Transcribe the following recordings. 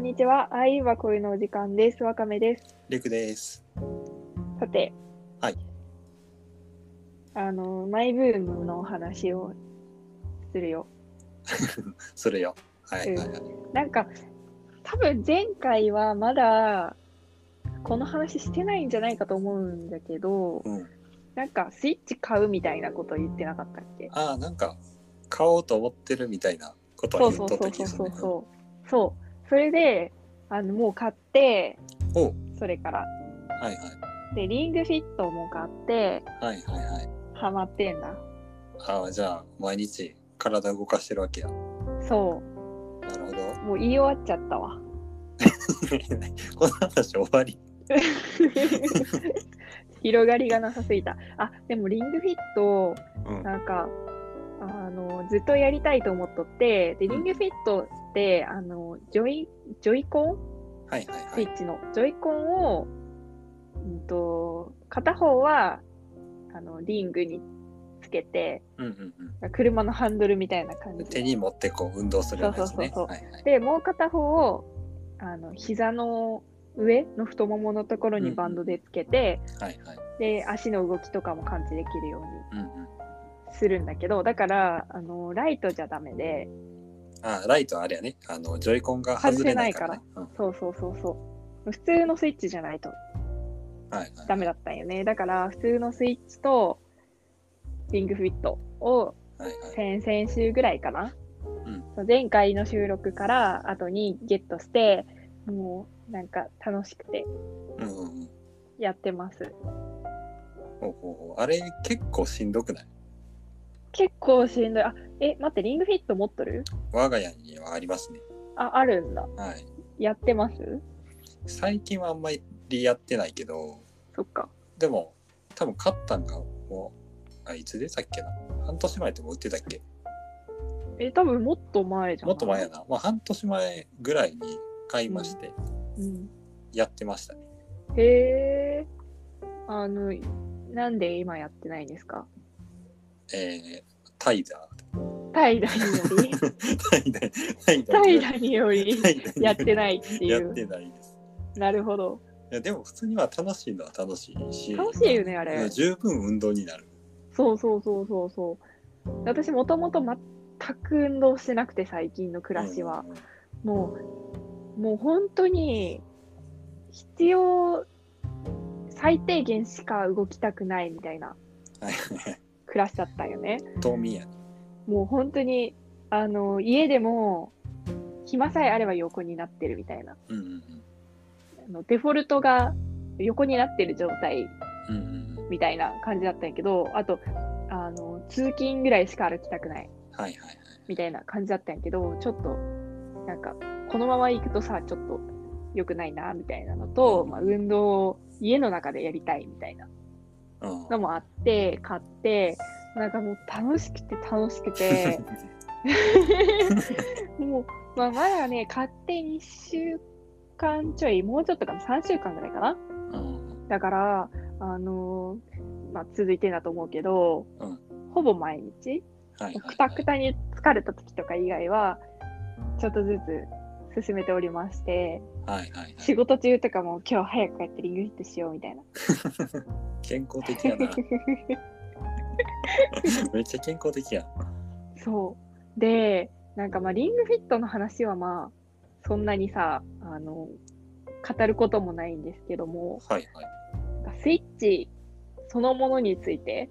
にちは。愛は恋のお時間です。わかめです。 りくです。 さて、 はい。 マイブームの話をするよ。 するよ。はいはいはい。 なんか、多分前回はまだこの話してないんじゃないかと思うんだけど、なんかスイッチ買うみたいなこと言ってなかったっけ？ なんか買おうと思ってるみたいなことはそう言っとった気がするね。 そう。それで、もう買って、 おう。 それから。 はいはい。 で、リングフィットも買って、 はいはいはい。 ハマってんだ。 じゃあ毎日体動かしてるわけや。 そなるほど。 う。もう言い終わっちゃったわ。 この話終わり。 広がりがなさすぎた。でもリングフィット、 うん。 なんか、ずっとやりたいと思っとって、で、リングフィットって、ジョイコンはいはいはい。 スイッチのジョイコンを、片方は、リングにつけて、車のハンドルみたいな感じ。 手に持ってこう運動するようなやつね。 そう。で、もう片方を、膝の上の太もものところにバンドでつけて、 はいはい。 で、足の動きとかも感知できるようにうんうん。するんだけど、だから、ライトじゃダメで、 ライトあれやね。ジョイコンが外外れないからね。 そう。普通のスイッチじゃないとはいはい。 ダメだったんよね。だから、普通のスイッチとリングフィットを先々週ぐらいかな。前回の収録から後にゲットして、もうなんか楽しくてやってます。 あれ結構しんどくない？ 結構しんどい。待って、リングフィット持っとる？ 我が家にはありますね。 あるんだ。 はい。 やってます？ 最近はあんまりやってないけど、 そっか。 でも多分買ったんがもういつでしたっけな、半年前っても売ってたっけ？ 多分もっと前じゃん。 もっと前やな。半年前ぐらいに買いまして、やってましたね。 へえ。なんで今やってないんですか？ 怠惰によりやってないっていう。 やってないです。 なるほど。 いやでも普通には楽しいのは楽しいし、 楽しいよねあれ。 十分運動になる。 そう。私もともと全く運動してなくて、最近の暮らしは、もう本当に必要最低限しか動きたくないみたいな暮らしだったよね。 冬眠やね。 もう本当に家でも暇さえあれば横になってるみたいな、デフォルトが横になってる状態みたいな感じだったんやけど、あと通勤ぐらいしか歩きたくないみたいな感じだったんやけど、ちょっとなんかこのまま行くとさ、ちょっと良くないなみたいなのと、運動を家の中でやりたいみたいなのもあって買って、なんかもう楽しくてもう、まだね、買って2週間ちょい、もうちょっとかな、3週間ぐらいかな。だから、続いてんだと思うけど、ほぼ毎日、くたくたに疲れた時とか以外は、ちょっとずつ進めておりまして、仕事中とかも今日早く帰ってリングフィットしようみたいな。 健康的やな。めっちゃ健康的や。 そう。で、なんかリングフィットの話はそんなにさ、語ることもないんですけども、スイッチそのものについて、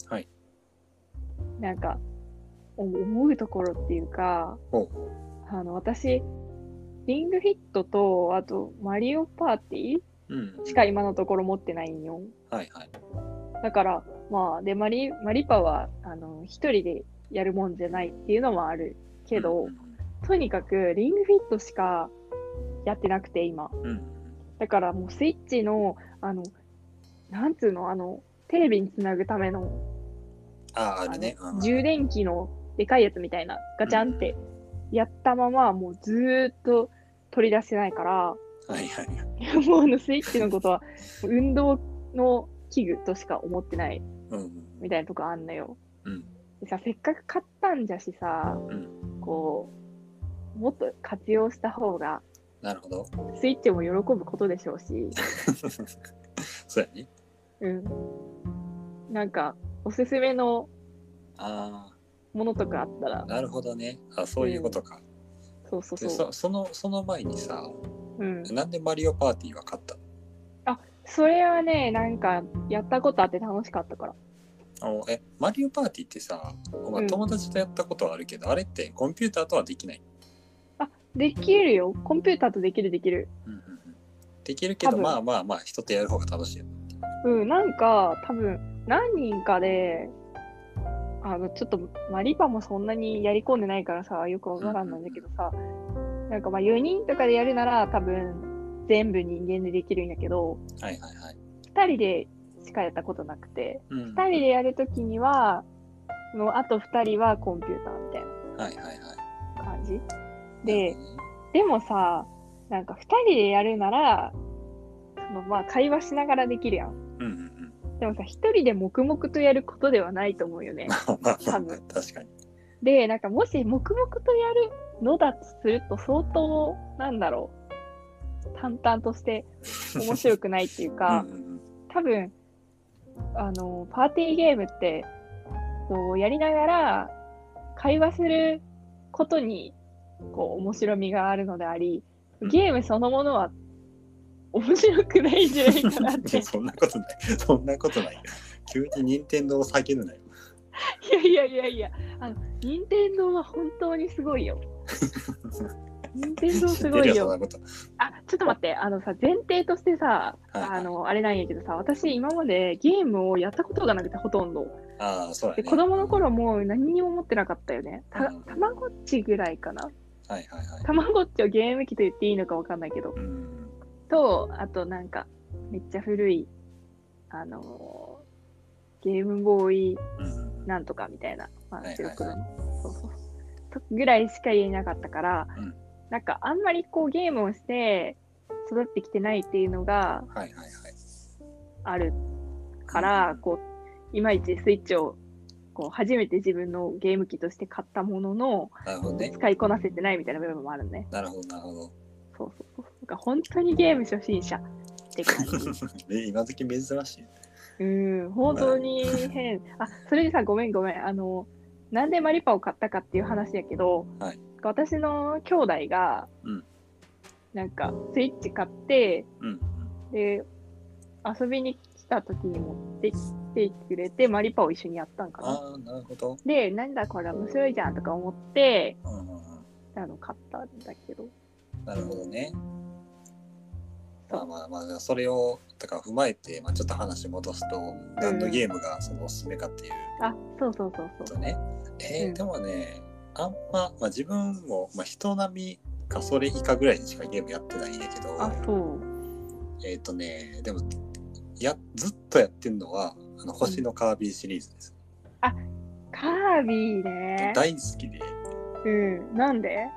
なんか思うところっていうか、私、リングフィットと、あとマリオパーティーしか今のところ持ってないんよ。だから、で、マリパは、一人でやるもんじゃないっていうのもあるけど、とにかくリングフィットしかやってなくて、今。だからもうスイッチの、なんつうの、テレビにつなぐための、充電器のでかいやつみたいな、ガチャンってやったまま、もうずーっと取り出してないから、もうスイッチのことは、運動の器具としか思ってないみたいなとこあんのよ。でさ、せっかく買ったんじゃしさ、こうもっと活用した方がなるほど。 スイッチも喜ぶことでしょうし。 そうやね。 うん。なんか、おすすめのものとかあったら。 なるほどね。そういうことか。 そうそうそう。 でその前にさ、なんでマリオパーティーは買ったの？ それはね、なんか、やったことあって楽しかったから。 マリオパーティーってさ、友達とやったことはあるけど、あれってコンピューターとはできない？ できるよ。コンピューターとできる。 できるけど、まあ、人とやる方が楽しいよ。 なんか、多分、何人かで、ちょっと、リパもそんなにやり込んでないからさ、よくわからんなんだけどさ、なんか4人とかでやるなら、多分、全部人間でできるんやけど、2人でしかやったことなくて、2人でやるときには、あと2人はコンピューターみたいな感じ。でもさ、なんか2人でやるなら、会話しながらできるやん。でもさ、1人で黙々とやることではないと思うよね。多分。 確かに。 で、なんかもし黙々とやるのだとすると相当、なんだろう、淡々として面白くないっていうか、多分、パーティーゲームって、やりながら会話することに、面白みがあるのであり、ゲームそのものは面白くないんじゃないかなって。 そんなことない。急に任天堂を下げるなよ。 いや、任天堂は本当にすごいよ。任天堂すごいよ。ちょっと待って、前提としてさ、あれなんやけどさ、私今までゲームをやったことがなくて、ほとんど。 そうやね。 で子供の頃も何にも持ってなかったよね。たまごっちぐらいかな。たまごっちをゲーム機と言っていいのかわかんないけど。と、あとなんか、めっちゃ古い、ゲームボーイなんとかみたいな、白黒の。ぐらいしか言えなかったから、なんかあんまりゲームをして育ってきてないっていうのがあるから、いまいちスイッチを初めて自分のゲーム機として買ったものの、使いこなせてないみたいな部分もあるね。 なるほど。 そう。本当にゲーム初心者って感じ。 今時珍しい。 本当に変。それでさ、ごめん。なんでマリパを買ったかっていう話やけど、私の兄弟が、なんかスイッチ買って、で、遊びに来た時に持ってきてくれて、マリパを一緒にやったんかな。 なるほど。 で、なんだこれ面白いじゃんとか思って、買ったんだけど。 なるほどね。それをだから踏まえて、ちょっと話戻すと、何のゲームがそのおすすめかっていう。 そうね。でもね、自分も、人並みかそれ以下ぐらいでしかゲームやってないんだけど、でもずっとやってるのは星のカービィシリーズです。 カービィね。 大好きで。 なんで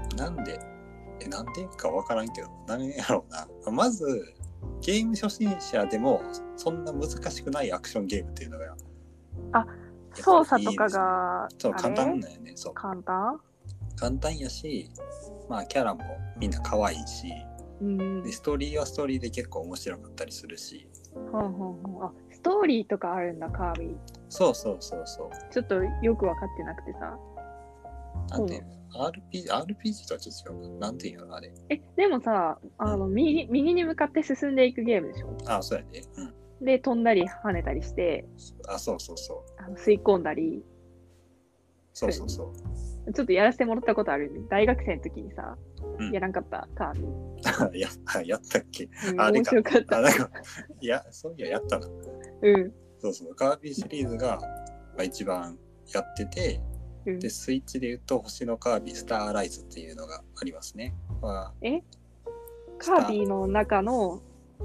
か分からんけど、何やろうな。まずゲーム初心者でもそんな難しくないアクションゲームっていうのが操作とかが簡単だよね。簡単やし、キャラもみんな可愛いし、でストーリーはストーリーで結構面白かったりするし。 ストーリーとかあるんだ、カービィ。 そう。 ちょっとよく分かってなくてさ。 なんていうの？RPG とはちょっと違う。なんていうのあれ。 でもさ、右に向かって進んでいくゲームでしょ？ そうやね。 で、飛んだり跳ねたりして、 そう。 吸い込んだり。 そう。 ちょっとやらせてもらったことあるね。大学生の時にさ、やらんかったカービィ。やったっけ？ 面白かった。 そういや、やったな。そう。カービィシリーズが一番やってて、でスイッチで言うと星のカービィスターライズっていうのがありますね。 カービィの中の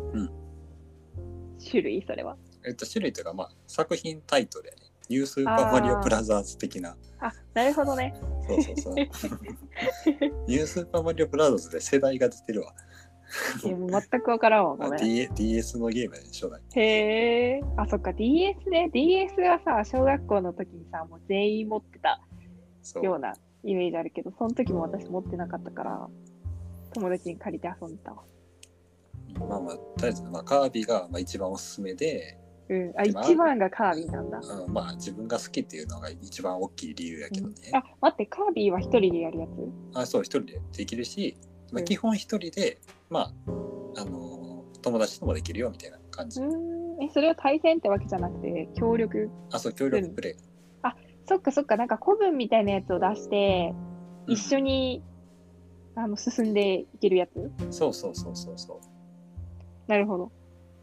種類、それは。 種類というか作品タイトルやね。ニュースーパーマリオブラザーズ的な。 なるほどね。 そう。ニュースーパーマリオブラザーズで世代が出てるわ。 もう全く分からんわ、これ。 DS のゲームやね、初代。 へえ。そっか、DS ね。DS はさ、小学校の時にさ、もう全員持ってたようなイメージあるけど、その時も私持ってなかったから。 友達に借りて遊んだわ。 まあまあとりあえず、カービィが一番おすすめで、 一番がカービィなんだ。 まあ自分が好きっていうのが一番大きい理由やけどね。 待って、カービィは一人でやるやつ？ そう、一人でできるし、基本一人で友達ともできるよみたいな感じ。 それは対戦ってわけじゃなくて協力？ そう、協力プレイ。 そっか、なんか古文みたいなやつを出して、一緒に進んでいけるやつ？ そう。 なるほど。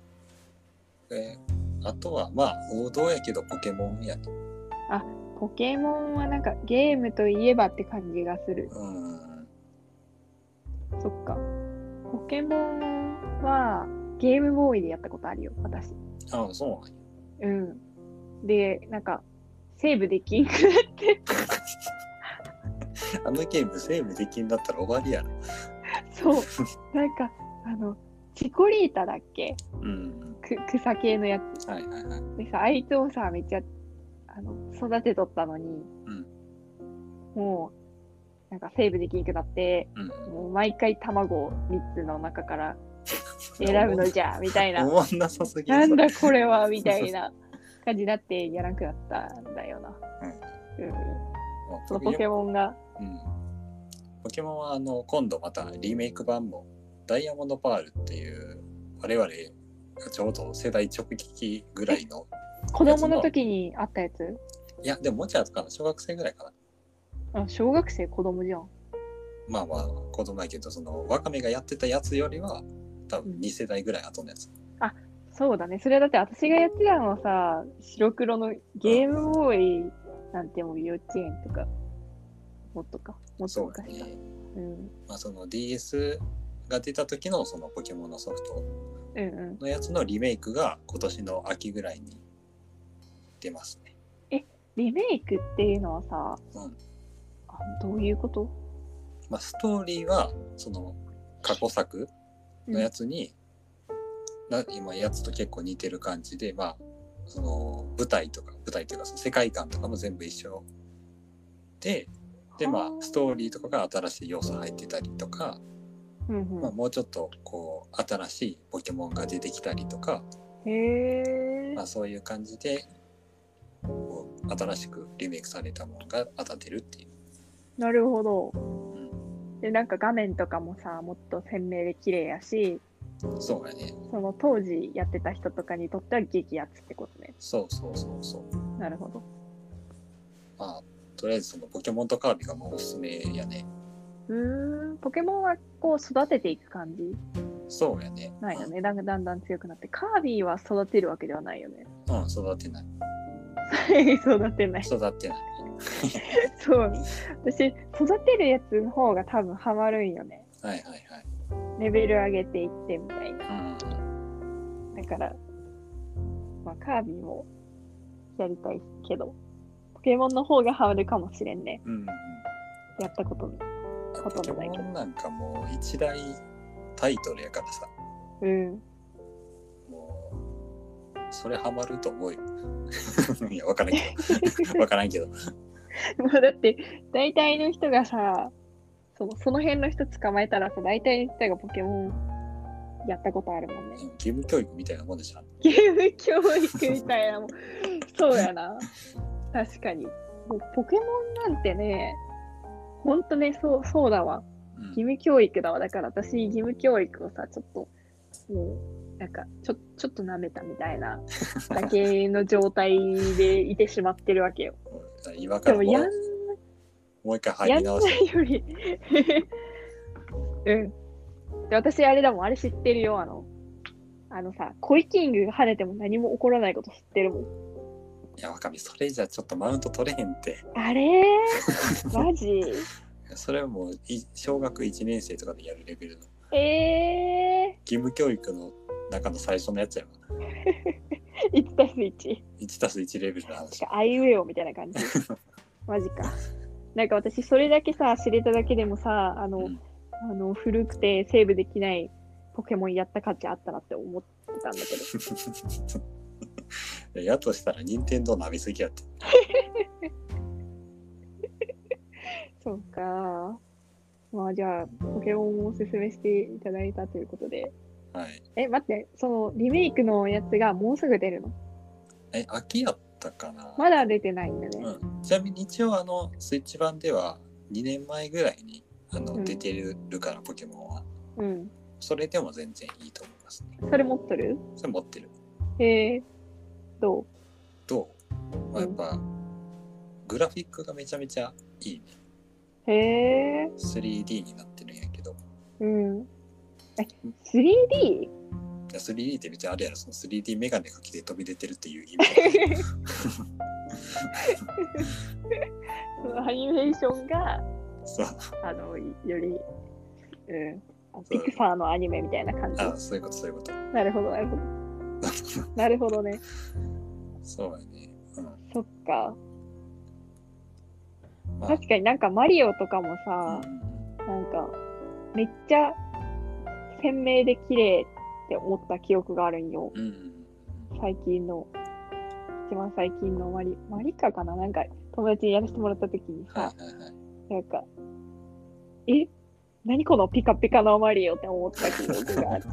あとは王道やけどポケモンやね。 ポケモンはなんかゲームといえばって感じがする。そっか。ポケモンはゲームボーイでやったことあるよ、私。 そうなんや。 で、なんかセーブできんくなってあのゲームセーブできんだったら終わりやろ。 そう。なんかチコリータだっけ？草系のやつ。でさ、あいつをさ、めっちゃ育てとったのに、もうなんかセーブできなくなって、もう毎回卵を3つの中から選ぶのじゃみたいな。なんだこれはみたいな感じになってやらなくなったんだよな。そのポケモンが。 ポケモンは今度またリメイク版もダイヤモンドパールっていう我々ちょうど世代直撃ぐらいの子供の時にあったやつ？ いやでももちろんかな、小学生ぐらいかな。小学生子供じゃん。 子供やけど、そのワカメがやってたやつよりは多分2世代ぐらい後のやつ。 そうだね。それだって私がやってたのはさ、白黒のゲームボーイなんてもう幼稚園とかもっと昔か。 その DS が出た時のそのポケモンのソフトのやつのリメイクが今年の秋ぐらいに出ますね。 リメイクっていうのはさ、どういうこと？ ストーリーはその過去作のやつに、今やつと結構似てる感じで、その舞台というかその世界観とかも全部一緒で、ストーリーとかが新しい要素入ってたりとか、もうちょっとこう新しいポケモンが出てきたりとか、そういう感じでこう新しくリメイクされたものが当たってるっていう。 なるほど。でなんか画面とかもさ、もっと鮮明で綺麗やし、 そうやね。 その当時やってた人とかにとっては激アツってことね。 そうなるほど。 とりあえずそのポケモンとカービィがもうおすすめやね。 ポケモンはこう育てていく感じ？ そうやね。 ないよね。だんだん強くなって。カービィは育てるわけではないよね。 育てない。 育てない。 そう。 私、育てるやつの方が多分ハマるんよね。レベル上げていってみたいな。だから、カービィもやりたいけど、ポケモンの方がハマるかもしれんね。やったことないけど。 ポケモンなんかもう一大タイトルやからさ。もう、それハマると思うよ。いや、わからんけど。 もうだって、大体の人がさ、その辺の人捕まえたらさ、大体の人がポケモンやったことあるもんね。 義務教育みたいなもんでしょ。 義務教育みたいなもん。そうやな。確かに。もうポケモンなんてね、ほんとね、そうだわ。義務教育だわ。だから私、義務教育をさ、ちょっと、もう、なんか、ちょっと舐めたみたいなだけの状態でいてしまってるわけよ。 今からもう一回入り直して。 やんないよりで、私あれだもん、あれ知ってるよ。さ、コイキングが跳ねても何も起こらないこと知ってるもん。 いや、わかみ、それじゃちょっとマウント取れへんって。 あれマジそれはもう小学1年生とかでやるレベルの。 義務教育の中の最初のやつやわ。 1+1。 1+1レベルの話。 あいうえおみたいな感じ。マジか。なんか私それだけさ、知れただけでもさ、古くてセーブできないポケモンやった価値あったなって思ってたんだけど。やとしたら任天堂舐めすぎやって。 そうか。もまあじゃあ、ポケモンをおすすめしていただいたということで。 はい。 待って、そのリメイクのやつがもうすぐ出るの？ 秋やったかな。 まだ出てないんだね。 ちなみに一応スイッチ版では2年前ぐらいに出てるから、ポケモンは。それでも全然いいと思いますね。 それ持ってる？ それ持ってる。 どう？やっぱ、グラフィックがめちゃめちゃいいね。 3D になってるんやけど。 3D？ 3D って別にあれやろ、その 3D メガネかけて飛び出てるっていう意味。 そのアニメーションがより、ピクサーのアニメみたいな感じ。 そういうこと。 なるほど。なるほどね。 そうやね。 そっか。確かになんかマリオとかもさ、なんかめっちゃ鮮明で綺麗って思った記憶があるんよ。一番最近のマリカかな、なんか友達にやらせてもらった時にさ、なんか何このピカピカのマリオって思った記憶がある。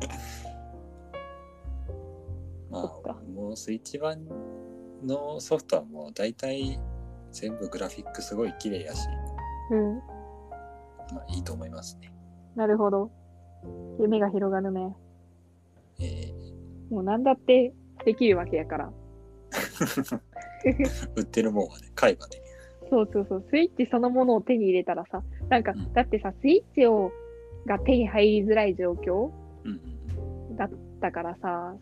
もうスイッチ版のソフトはもう大体全部グラフィックすごい綺麗やし、いいと思いますね。 なるほど。夢が広がるね。もう何だってできるわけやから。 売ってるもんはね、買えばね。 そう。スイッチそのものを手に入れたらさ、なんか、だってさ、スイッチが手に入りづらい状況だったからさ、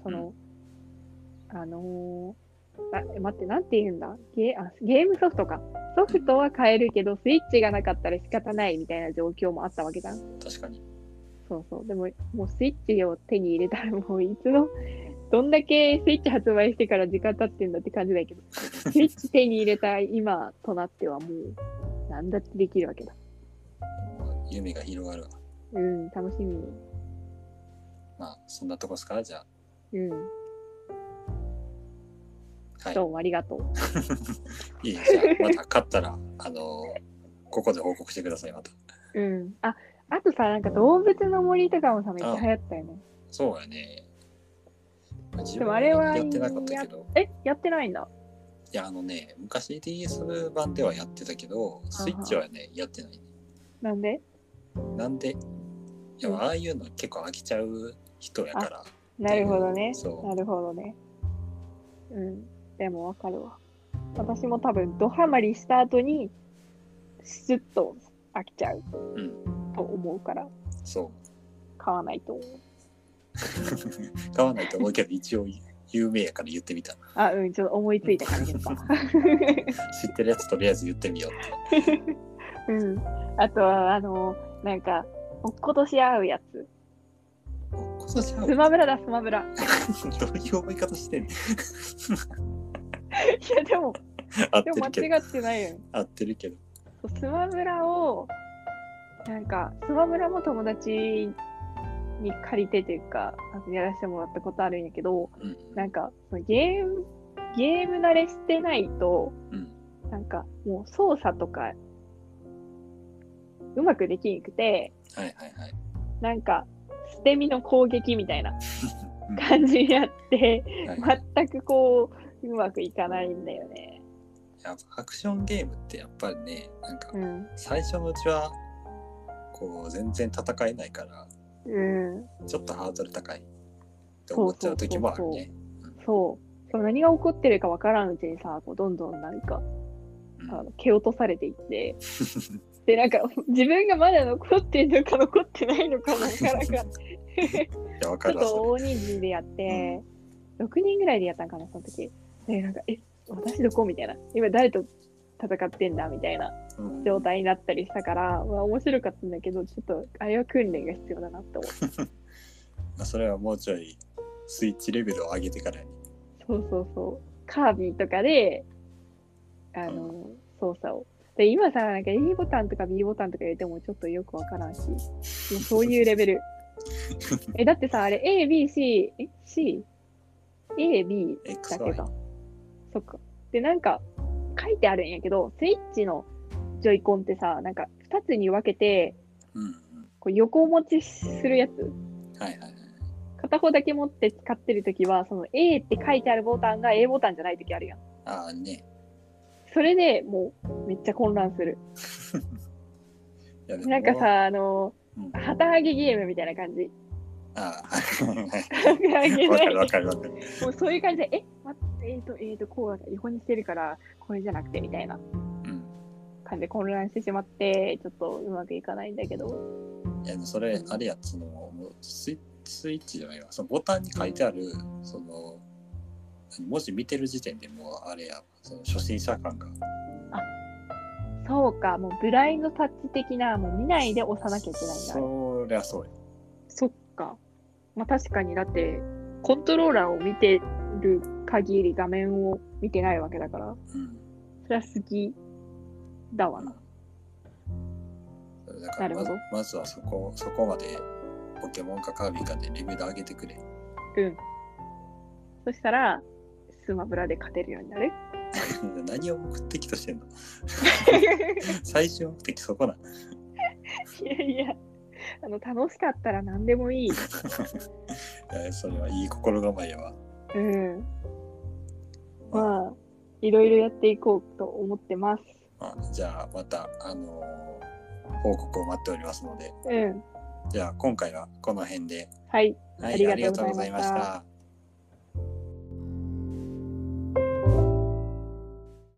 待って、なんて言うんだ？ゲームソフトか。ソフトは買えるけど、スイッチがなかったら仕方ないみたいな状況もあったわけじゃん。 確かに。 そう。でも、もうスイッチを手に入れたらもうどんだけスイッチ発売してから時間経ってんだって感じだけど、スイッチ手に入れた今となってはもう、なんだってできるわけだ。 夢が広がるわ。 楽しみ。 そんなとこっすか、じゃあ。 どうもありがとう。 いい、じゃあ、また勝ったら、ここで報告してください、また。 あとさ、なんか動物の森とかもさ、めっちゃ流行ったよね。 そうやね。 でもあれはやってなかったけど。 やってないんだ。 いや、昔 DS 版ではやってたけど、スイッチはね、やってない。 なんで？ いや、ああいうの結構飽きちゃう人やから。 なるほどね。なるほどね。でもわかるわ。私も多分ドハマりした後にスッと飽きちゃうと思うから、買わないと思う。 買わないと思うけど、一応有名やから言ってみた。 ちょっと思いついたから言った。 知ってるやつとりあえず言ってみようって。 あとはなんか落っことし合うやつ。スマブラだ、スマブラ。 どういう覚え方してんの？いやでも間違ってないよね。 合ってるけど。 スマブラをスマブラも友達に借りてというかやらせてもらったことあるんやけど、なんかゲーム慣れしてないと、なんかもう操作とかうまくできなくて、なんか捨て身の攻撃みたいな感じになって、全くうまくいかないんだよね。 アクションゲームってやっぱりね、なんか最初のうちは全然戦えないから、ちょっとハードル高いって思っちゃう時もあるね。 何が起こってるか分からんうちにさ、どんどんなんか蹴落とされていってで、なんか自分がまだ残ってんのか残ってないのかも分からんからちょっと大人数でやって、6人ぐらいでやったんかな、その時。で、なんか私どこみたいな、今誰と戦ってんだみたいな状態になったりしたから、面白かったんだけど、ちょっとあれは訓練が必要だなって思ってそれはもうちょいスイッチレベルを上げてからに。 カービィとかで操作を。で今さ、なんか A ボタンとか B ボタンとか入れてもちょっとよくわからんし、もうそういうレベルだってさ、あれ A、B、C、C？ A、B だけか。そっか。で、なんか書いてあるんやけど、スイッチのジョイコンってさ、なんか2つに分けてうんうん、 こう横持ちするやつ。 はいはいはい。 片方だけ持って使ってるときは、その A って書いてあるボタンが A ボタンじゃないときあるやん。 ああね。 それでもうめっちゃ混乱する。なんかさ、旗揚げゲームみたいな感じ。 ああ、はい。わかるわかるわかる。 もうそういう感じで、待って、こう横にしてるから、これじゃなくてみたいな感じで混乱してしまって、ちょっとうまくいかないんだけど。 いや、それ、あれやつの、スイッチじゃないわ。そのボタンに書いてある、その、文字見てる時点でもうあれや、その初心者感が。 あ、そうか、もうブラインドタッチ的な、もう見ないで押さなきゃいけないんだ。 そりゃそうや。 そっか。まあ確かに、だって、コントローラーを見てる限り画面を見てないわけだから、うん、それは好きだわな。 だからまずはそこまでポケモンかカービィかでレベル上げてくれ。 うん。そしたら、スマブラで勝てるようになる。 何を目的としてんの最終目的そこな。 いやいや、楽しかったら何でもいい。 それはいい心構えやわ。 うん。まあ、いろいろやっていこうと思ってます。 じゃあまた報告を待っておりますので。 うん。 じゃあ今回はこの辺で。 はい。 はい、ありがとうございました。